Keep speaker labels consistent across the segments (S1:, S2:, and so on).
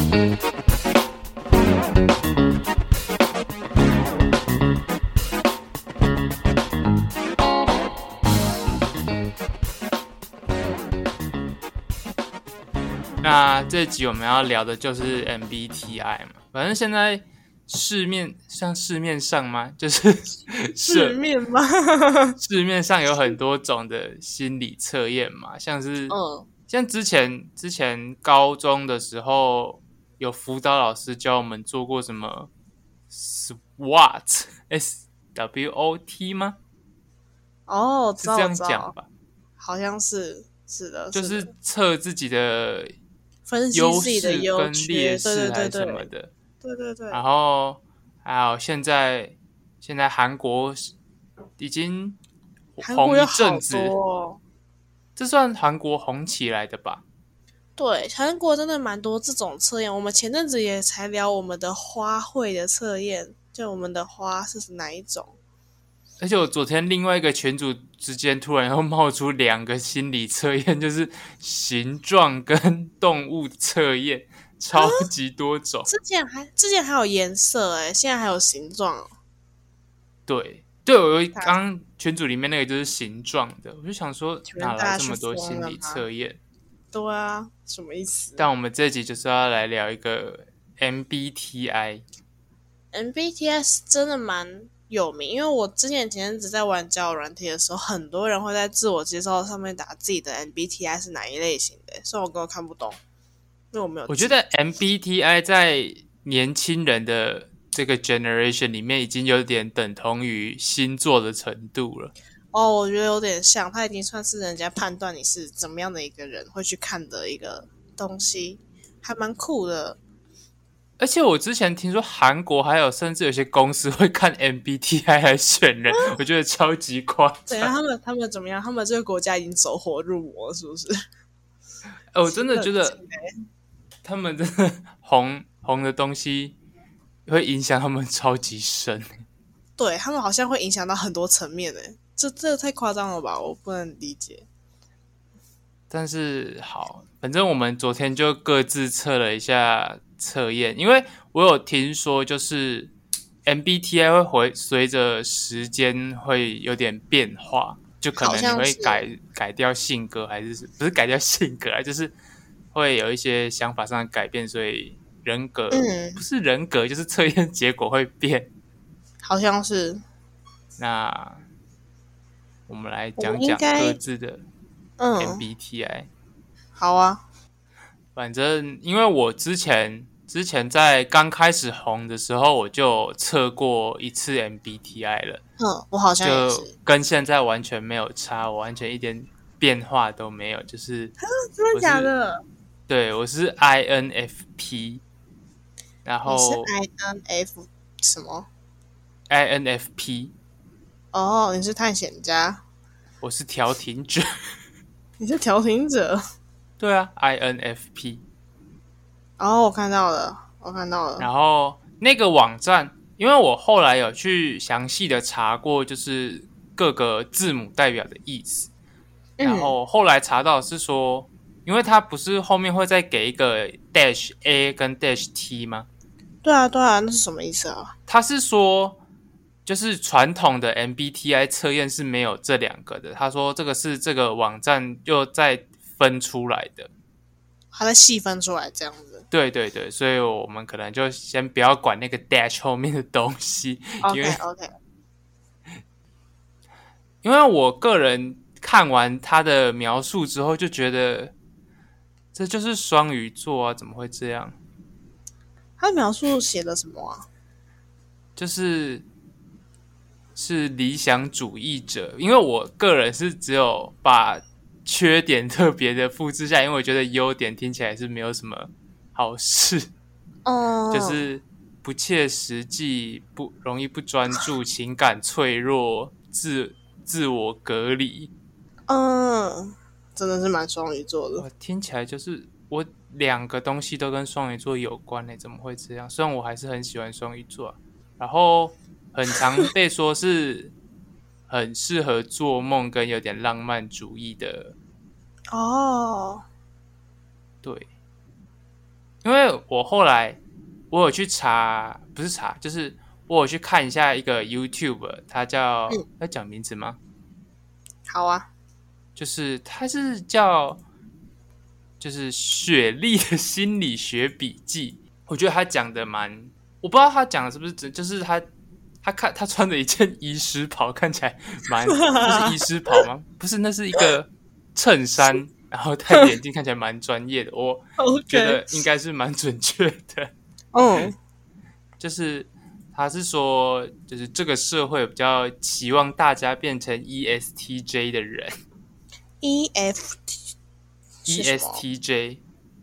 S1: 那这集我们要聊的就是 MBTI 嘛，反正现在市面上吗？就是
S2: 市面吗？
S1: 市面上有很多种的心理测验嘛，像之前高中的时候有辅导老师教我们做过什么 SWOT 吗？
S2: 哦，
S1: 是这样讲吧？
S2: 好像是的，
S1: 就是测自己的
S2: 分析
S1: 优
S2: 自己的
S1: 势跟
S2: 优缺，
S1: 劣势还是
S2: 对
S1: 什么的。
S2: 对。
S1: 然后还有现在韩国已经红一阵子，
S2: 韩国有好多哦，
S1: 这算韩国红起来的吧？
S2: 对，韩国真的蛮多这种测验。我们前阵子也才聊我们的花卉的测验，就我们的花是哪一种。
S1: 而且我昨天另外一个群组之间突然又冒出2个心理测验，就是形状跟动物测验，超级多种。
S2: 之前还有颜色诶，现在还有形状哦。
S1: 对，我刚群组里面那个就是形状的，我就想说哪来这么多心理测验？
S2: 对啊，什么意思？
S1: 但我们这集就是要来聊一个
S2: MBTI。MBTI 是真的蛮有名，因为我前阵子在玩交友软体的时候，很多人会在自我介绍上面打自己的 MBTI 是哪一类型的，虽然我根本看不懂，因为我没有。
S1: 我觉得 MBTI 在年轻人的这个 generation 里面已经有点等同于星座的程度了。
S2: 哦，我觉得有点像，它已经算是人家判断你是怎么样的一个人会去看的一个东西，还蛮酷的。
S1: 而且我之前听说韩国还有甚至有些公司会看 MBTI 来选人，我觉得超级夸张。
S2: 对啊，他们怎么样？他们这个国家已经走火入魔，是不是？
S1: 我真的觉得他们真的红的东西会影响他们超级深。
S2: 对，他们好像会影响到很多层面诶，这太夸张了吧？我不能理解。
S1: 但是好，反正我们昨天就各自测了一下测验，因为我有听说就是 MBTI 会随着时间会有点变化，就可能你会改掉性格，还是不是改掉性格啊？就是会有一些想法上的改变，所以人格不是人格，就是测验结果会变。
S2: 好像是。
S1: 那我们来讲讲各自的MBTI。
S2: 好啊。
S1: 反正因为我之前在刚开始红的时候，我就测过一次 MBTI 了。
S2: 我好像也是，
S1: 就跟现在完全没有差，我完全一点变化都没有。就是
S2: 真的假的？
S1: 对，我是 INFP， 然后
S2: 你是 INF 什么
S1: ？INFP。
S2: 哦，你是探险家，
S1: 我是调停者。
S2: 你是调停者。
S1: 对啊 ，INFP。
S2: 哦，我看到了。
S1: 然后那个网站，因为我后来有去详细的查过，就是各个字母代表的意思。然后后来查到是说，因为它不是后面会再给一个 dash A 跟 dash T 吗？
S2: 对啊，那是什么意思啊？
S1: 他是说，就是传统的 MBTI 测验是没有这2个的。他说这个是这个网站又再分出来的，
S2: 他在细分出来这样子。
S1: 对，所以我们可能就先不要管那个 dash 后面的东西。
S2: OK。
S1: 因为我个人看完他的描述之后，就觉得这就是双鱼座啊，怎么会这样？
S2: 他的描述写的什么啊？
S1: 就是理想主义者，因为我个人是只有把缺点特别的复制下来，因为我觉得优点听起来是没有什么好事。就是不切实际，不容易不专注，情感脆弱，自我隔离。
S2: 真的是蛮双鱼座的。
S1: 听起来就是我2个东西都跟双鱼座有关欸，怎么会这样？虽然我还是很喜欢双鱼座然后很常被说是很适合做梦跟有点浪漫主义的。
S2: 哦，
S1: 对， 因为我后来我有去查，不是查，就是我有去看一下一个 YouTube， 他叫要讲名字吗？
S2: 好啊，
S1: 就是他是叫就是雪莉的心理学笔记，我觉得他讲的蛮，我不知道他讲的是不是真，就是他穿着一件医师袍，看起来蛮，那是医师袍吗？不是，那是一个衬衫，然后戴眼镜，看起来蛮专业的，我觉得应该是蛮准确的。
S2: 嗯，
S1: 就是他是说，就是这个社会比较期望大家变成 ESTJ 的人
S2: EFT 是什么
S1: ，ESTJ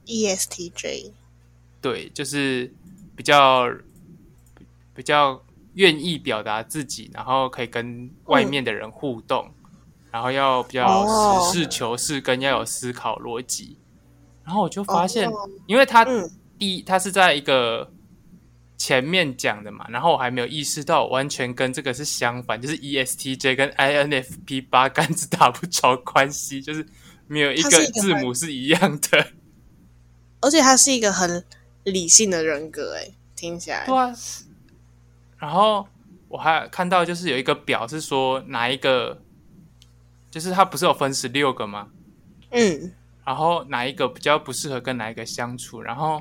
S2: ？ESTJ
S1: 对，就是比较比较愿意表达自己，然后可以跟外面的人互动，然后要比较实事求是，跟要有思考逻辑。然后我就发现，因为他是在一个前面讲的嘛，然后我还没有意识到，完全跟这个是相反，就是 ESTJ 跟 INFP 八竿子打不着关系，就是没有一个字母是一样的。
S2: 而且他是一个很理性的人格，哎，听起来。
S1: 对啊，然后我还看到就是有一个表是说哪一个，就是它不是有分16个吗？然后哪一个比较不适合跟哪一个相处，然后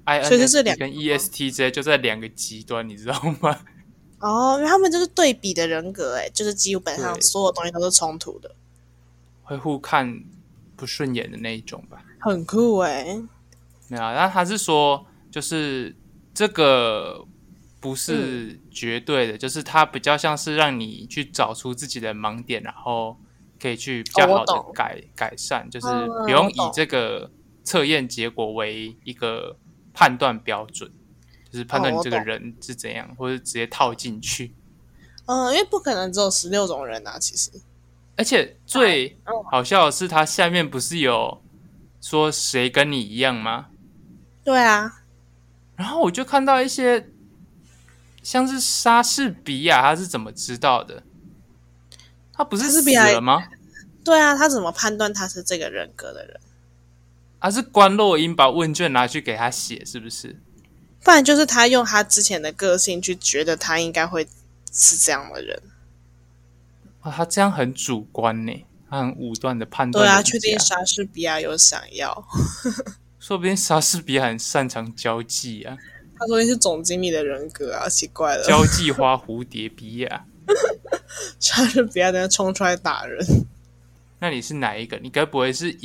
S1: INFP 跟 ESTJ 就在两个极端，你知道吗？
S2: 哦，因为他们就是对比的人格，哎，就是基本上所有东西都是冲突的，
S1: 会互看不顺眼的那一种吧。
S2: 很酷哎。
S1: 没有，但他是说，就是这个不是绝对的，就是它比较像是让你去找出自己的盲点，然后可以去比较好的改善，就是不用以这个测验结果为一个判断标准，就是判断你这个人是怎样，或者直接套进去。
S2: 因为不可能只有16种人啊，其实。
S1: 而且最好笑的是，他下面不是有说谁跟你一样吗？
S2: 对啊。
S1: 然后我就看到一些像是莎士比亚，他是怎么知道的？他不是死了吗？
S2: 对啊，他怎么判断他是这个人格的人？
S1: 他是关洛英把问卷拿去给他写，是不是？
S2: 不然就是他用他之前的个性去觉得他应该会是这样的人。
S1: 他这样很主观呢，他很武断的判断。
S2: 对啊，确定莎士比亚有想要？
S1: 说不定莎士比亚很擅长交际啊。
S2: 他说你是总经理的人格啊，奇怪了。
S1: 交际花蝴蝶比亚。
S2: 莎士比亚等下冲出来打人。
S1: 那你是哪一个？你该不会是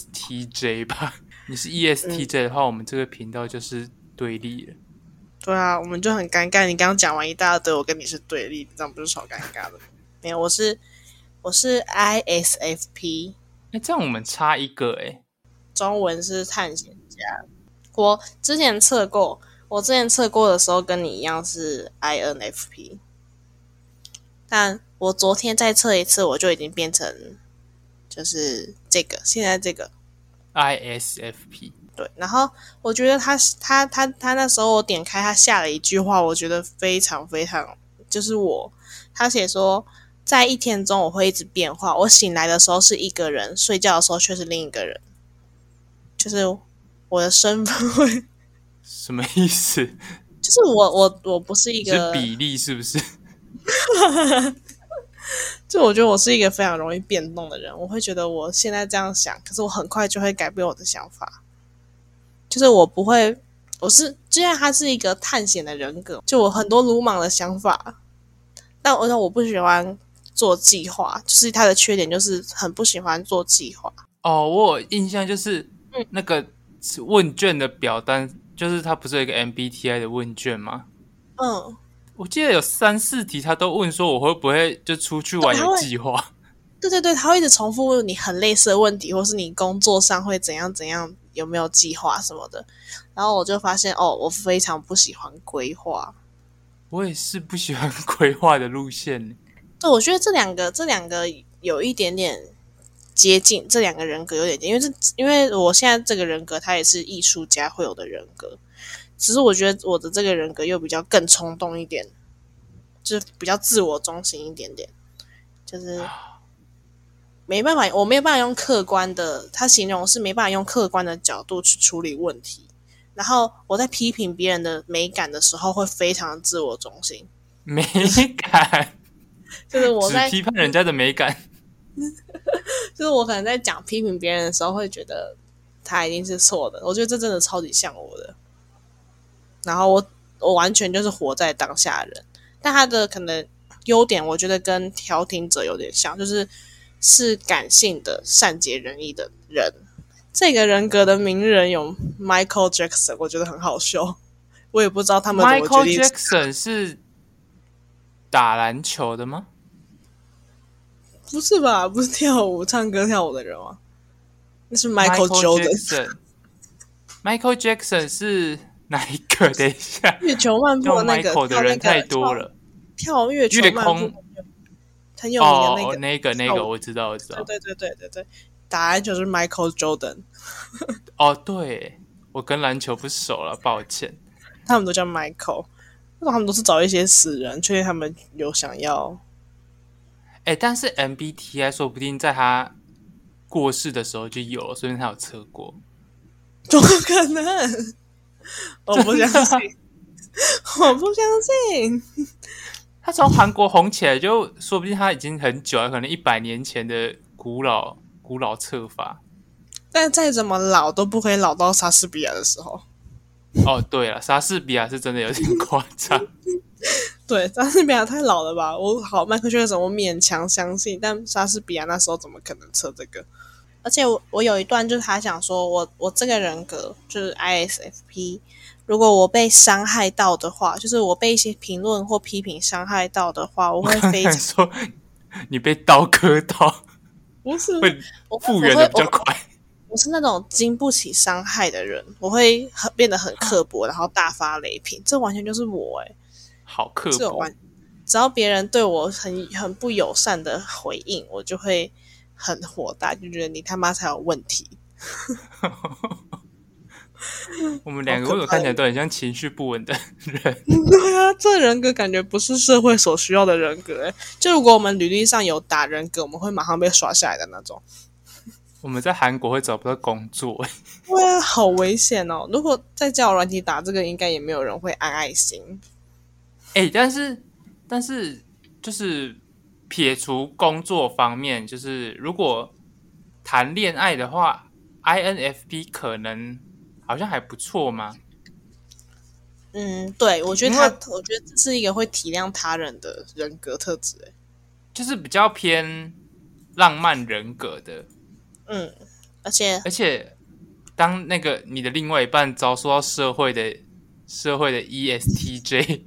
S1: ESTJ 吧？你是 ESTJ 的话，我们这个频道就是对立了。
S2: 对啊，我们就很尴尬。你刚刚讲完一大堆，我跟你是对立，这样不是超尴尬的？没有，我是 ISFP。
S1: 这样我们差一个哎。
S2: 中文是探险家。我之前测过的时候跟你一样是 INFP， 但我昨天再测一次，我就已经变成就是现在这个
S1: ISFP。
S2: 对，然后我觉得他那时候我点开他下了一句话，我觉得非常非常，就是他写说，在一天中我会一直变化，我醒来的时候是一个人，睡觉的时候却是另一个人。就是我的身份会
S1: 什么意思？
S2: 就是我不是一个
S1: 是比例是不是？
S2: 就我觉得我是一个非常容易变动的人，我会觉得我现在这样想，可是我很快就会改变我的想法。就是我不会，既然他是一个探险的人格，就我很多鲁莽的想法，但我不喜欢做计划，就是他的缺点就是很不喜欢做计划。
S1: 哦，我有印象就是那个问卷的表单，就是他不是有一个 MBTI 的问卷吗？我记得有3-4题，他都问说我会不会就出去玩有计划。
S2: 对对对，他会一直重复问你很类似的问题，或是你工作上会怎样怎样，有没有计划什么的。然后我就发现我非常不喜欢规划。
S1: 我也是不喜欢规划的路线。
S2: 对，我觉得这两个有一点点接近，这两个人格有点接近，因为我现在这个人格，他也是艺术家会有的人格，只是我觉得我的这个人格又比较更冲动一点，就是比较自我中心一点点，就是没办法用客观的，他形容是没办法用客观的角度去处理问题， 然后我在批评别人的美感的时候，会非常自我中心。
S1: 美感，
S2: 就是我在
S1: 只批判人家的美感。
S2: 就是我可能在讲批评别人的时候，会觉得他一定是错的。我觉得这真的超级像我的。然后我完全就是活在当下的人，但他的可能优点，我觉得跟调停者有点像，是感性的、善解人意的人。这个人格的名人有 Michael Jackson， 我觉得很好笑。我也不知道他们怎么决定。
S1: Michael Jackson 是打篮球的吗？
S2: 不是吧？不是跳舞、唱歌、跳舞的人吗？那是 Michael
S1: Jordan。Michael Jackson 是哪一个？等一下，
S2: 月球漫步的那个
S1: Michael 的人太多了。
S2: 跳月球漫步很有名的那个。
S1: 那个我知道。
S2: 对，打篮球是 Michael Jordan。
S1: 哦，对，我跟篮球不熟了，抱歉。
S2: 他们都叫 Michael， 他们都是找一些死人，确定他们有想要。
S1: 但是 MBTI 说不定在他过世的时候就有了，说不定他有测过。
S2: 怎么可能？我不相信，我不相信。
S1: 他从韩国红起来，就说不定他已经很久了，可能100年前的古老测法。
S2: 但再怎么老都不会老到莎士比亚的时候。
S1: 哦，对了，莎士比亚是真的有点夸张。
S2: 对，莎士比亚太老了吧？迈克尔·杰克逊我勉强相信，但莎士比亚那时候怎么可能测这个？而且我有一段就是他想说我这个人格就是 ISFP， 如果我被伤害到的话，就是我被一些评论或批评伤害到的话，我会非常
S1: 说你被刀割到，
S2: 不是
S1: 会复原的比较快。
S2: 我是那种经不起伤害的人，我会变得很刻薄，然后大发雷霆，这完全就是我
S1: 好刻薄。
S2: 只要别人对我很不友善的回应，我就会很火大，就觉得你他妈才有问题。
S1: 我们两个为什么看起来都很像情绪不稳的人？
S2: 对啊，这人格感觉不是社会所需要的人格就如果我们履历上有打人格，我们会马上被刷下来的那种。
S1: 我们在韩国会找不到工作。
S2: 对啊，好危险哦！如果在交友软体打这个，应该也没有人会按爱心。
S1: 但是就是撇除工作方面，就是如果谈恋爱的话 ，INFP 可能好像还不错吗？
S2: 对，我觉得这是一个会体谅他人的人格特质
S1: 就是比较偏浪漫人格的。
S2: 而且
S1: 当那个你的另外一半遭受到社会的 ESTJ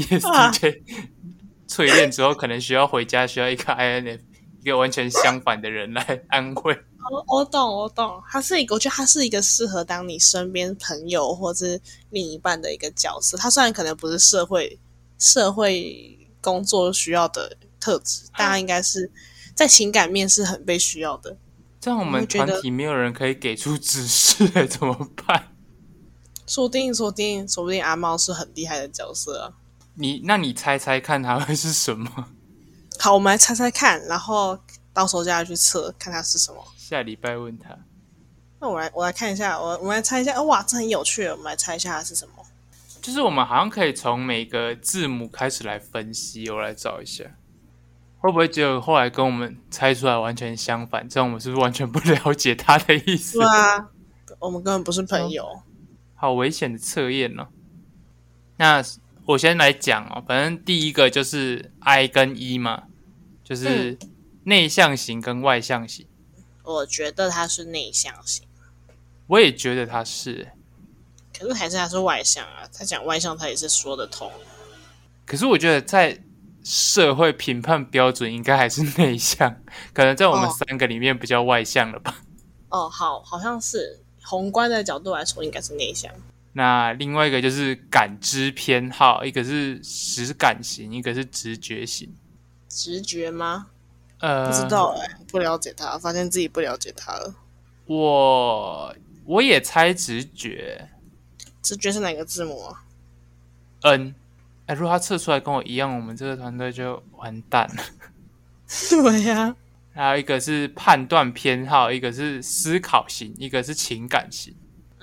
S1: 淬炼之后，可能需要回家，需要一个 INF， 一个完全相反的人来安慰。
S2: 我懂，我觉得他是一个适合当你身边朋友或是另一半的一个角色。他虽然可能不是社会工作需要的特质，但他应该是在情感面是很被需要的。
S1: 这样我们团体没有人可以给出指示怎么办？
S2: 说不定阿猫是很厉害的角色啊。
S1: 那你猜猜看他会是什么？
S2: 好，我们来猜猜看，然后到时候再去测看它是什么。
S1: 下礼拜问他。
S2: 那我来看一下，我们来猜一下。哇，这很有趣，我们来猜一下它是什么。
S1: 就是我们好像可以从每个字母开始来分析，我来找一下。会不会结果后来跟我们猜出来完全相反？这样我们是不是完全不了解他的意思？
S2: 对啊，我们根本不是朋友。
S1: 好危险的测验哦。那我先来讲哦，反正第一个就是 I 跟 E 嘛，就是内向型跟外向型。
S2: 我觉得他是内向型。
S1: 我也觉得他是。
S2: 可是还是他是外向啊，他讲外向他也是说得通。
S1: 可是我觉得在社会评判标准应该还是内向，可能在我们3个里面比较外向了吧。
S2: 好像是宏观的角度来说应该是内向。
S1: 那另外一个就是感知偏好，一个是实感型，一个是直觉型。
S2: 直觉吗？不知道不了解他，发现自己不了解他了。
S1: 我也猜直觉。
S2: 直觉是哪个字母啊
S1: ？N。如果他测出来跟我一样，我们这个团队就完蛋了。
S2: 对呀。
S1: 还有一个是判断偏好，一个是思考型，一个是情感型。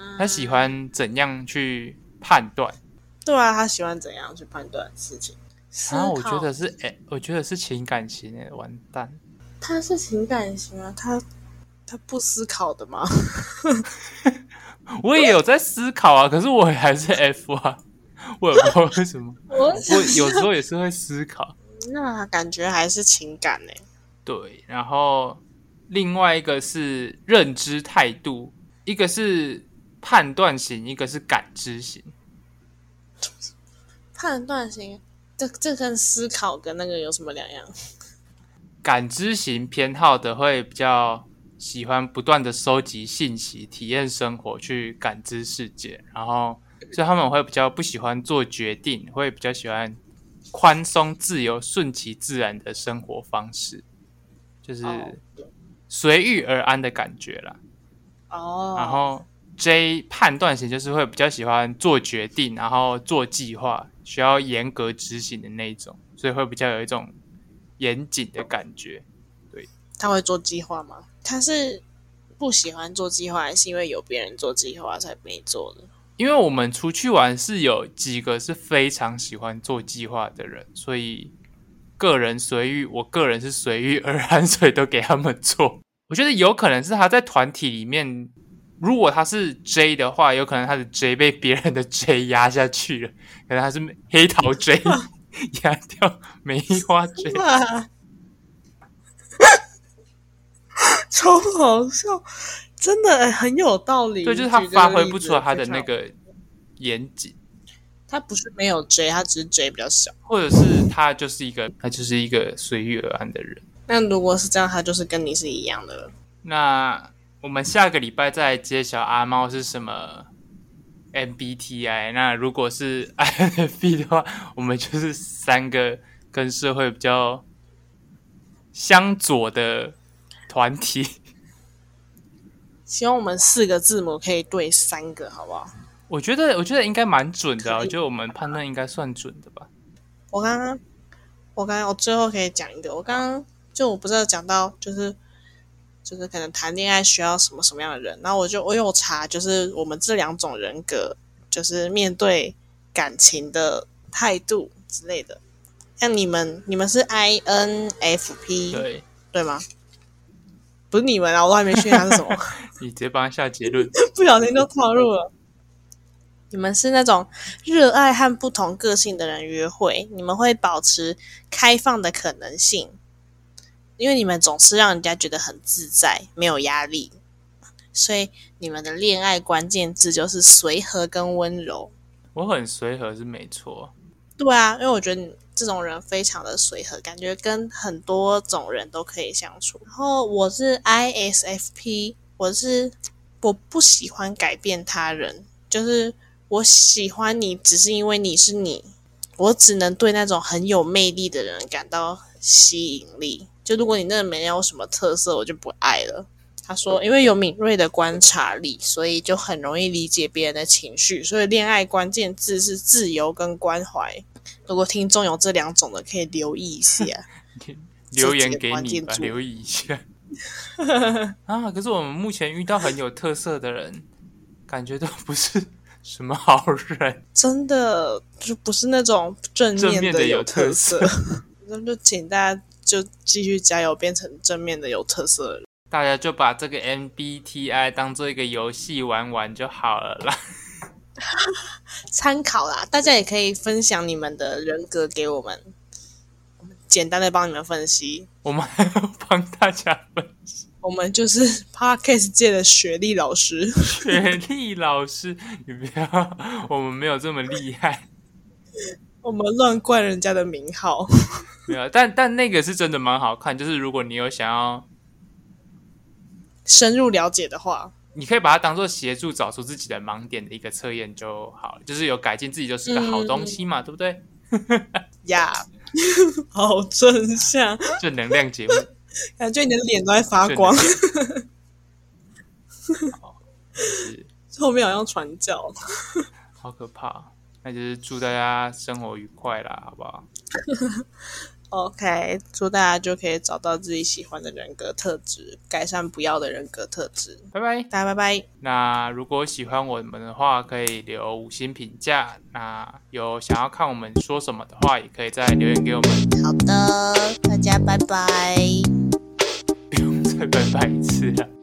S1: 他喜欢怎样去判断？
S2: 对啊，他喜欢怎样去判断事情？
S1: 然后我觉得是，我觉得是情感型诶，完蛋。
S2: 他是情感型啊，他不思考的吗？
S1: 我也有在思考啊，可是我还是 F 啊，我也不知道为什么。我有时候也是会思考。
S2: 那感觉还是情感欸。
S1: 对，然后另外一个是认知态度，一个是判断型，一个是感知型。
S2: 判断型，这跟思考跟那个有什么两样？
S1: 感知型偏好的会比较喜欢不断的收集信息、体验生活、去感知世界，然后所以他们会比较不喜欢做决定，会比较喜欢宽松、自由、顺其自然的生活方式，就是随遇而安的感觉啦。然后 J 判断型就是会比较喜欢做决定，然后做计划，需要严格执行的那一种，所以会比较有一种严谨的感觉。对，
S2: 他会做计划吗？他是不喜欢做计划，还是因为有别人做计划才没做的？
S1: 因为我们出去玩是有几个是非常喜欢做计划的人，所以个人随遇，我个人是随遇而安，所以都给他们做。我觉得有可能是他在团体里面，如果他是 J 的话，有可能他的 J 被别人的 J 压下去了，可能他是黑桃 J 压掉梅花 J，
S2: 超好笑，真的很有道理。
S1: 对，就是他发挥不出来他的那个严谨。
S2: 他不是没有 J， 他只是 J 比较小，
S1: 或者是他就是一个随遇而安的人。
S2: 那如果是这样，他就是跟你是一样的了。
S1: 那我们下个礼拜再揭晓阿猫是什么 MBTI。那如果是 INFP 的话，我们就是三个跟社会比较相左的团体。
S2: 希望我们4个字母可以对3个，好不好？
S1: 我觉得应该蛮准的，我觉得我们判断应该算准的吧。
S2: 我最后可以讲一个，我不是有讲到，就是可能谈恋爱需要什么样的人，然后我有查，就是我们这2种人格，就是面对感情的态度之类的。像你们是 INFP 对吗？不是你们啊，我都还没确定它是什么。
S1: 你直接帮他下结论，
S2: 不小心就套入了。你们是那种热爱和不同个性的人约会，你们会保持开放的可能性，因为你们总是让人家觉得很自在，没有压力，所以你们的恋爱关键字就是随和跟温柔。
S1: 我很随和是没错。
S2: 对啊，因为我觉得你这种人非常的随和，感觉跟很多种人都可以相处。然后我是 ISFP， 我不喜欢改变他人，就是我喜欢你只是因为你是你，我只能对那种很有魅力的人感到吸引力，就如果你那个没有什么特色，我就不爱了。他说因为有敏锐的观察力，所以就很容易理解别人的情绪，所以恋爱关键字是自由跟关怀。如果听众有这2种的，可以留意一下
S1: 留言给你吧，留意一下啊！可是我们目前遇到很有特色的人，感觉都不是什么好人，
S2: 真的就不是那种正面的有特色。那就请大家就继续加油，变成正面的有特色的人。
S1: 大家就把这个 MBTI 当做一个游戏玩玩就好了啦。
S2: 参考啦，大家也可以分享你们的人格给我们简单的帮你们分析。
S1: 我们还要帮大家分析，
S2: 我们就是 Podcast 界的雪莉老师。
S1: 雪莉老师，你不要，我们没有这么厉害，
S2: 我们乱冠人家的名号。
S1: 没有，但那个是真的蛮好看，就是如果你有想要
S2: 深入了解的话，
S1: 你可以把它当做协助找出自己的盲点的一个测验就好了，就是有改进自己就是个好东西嘛，对不对？
S2: 呀，好正向，
S1: 正能量节目，
S2: 感觉你的脸都在发光。后面好像传教，
S1: 好可怕。那就是祝大家生活愉快啦，好不好？
S2: OK，祝大家就可以找到自己喜欢的人格特质，改善不要的人格特质。
S1: 拜拜，
S2: 大家拜拜。
S1: 那如果喜欢我们的话，可以留5星评价。那有想要看我们说什么的话，也可以再留言给我们。
S2: 好的，大家拜拜。
S1: 不用再拜拜一次了。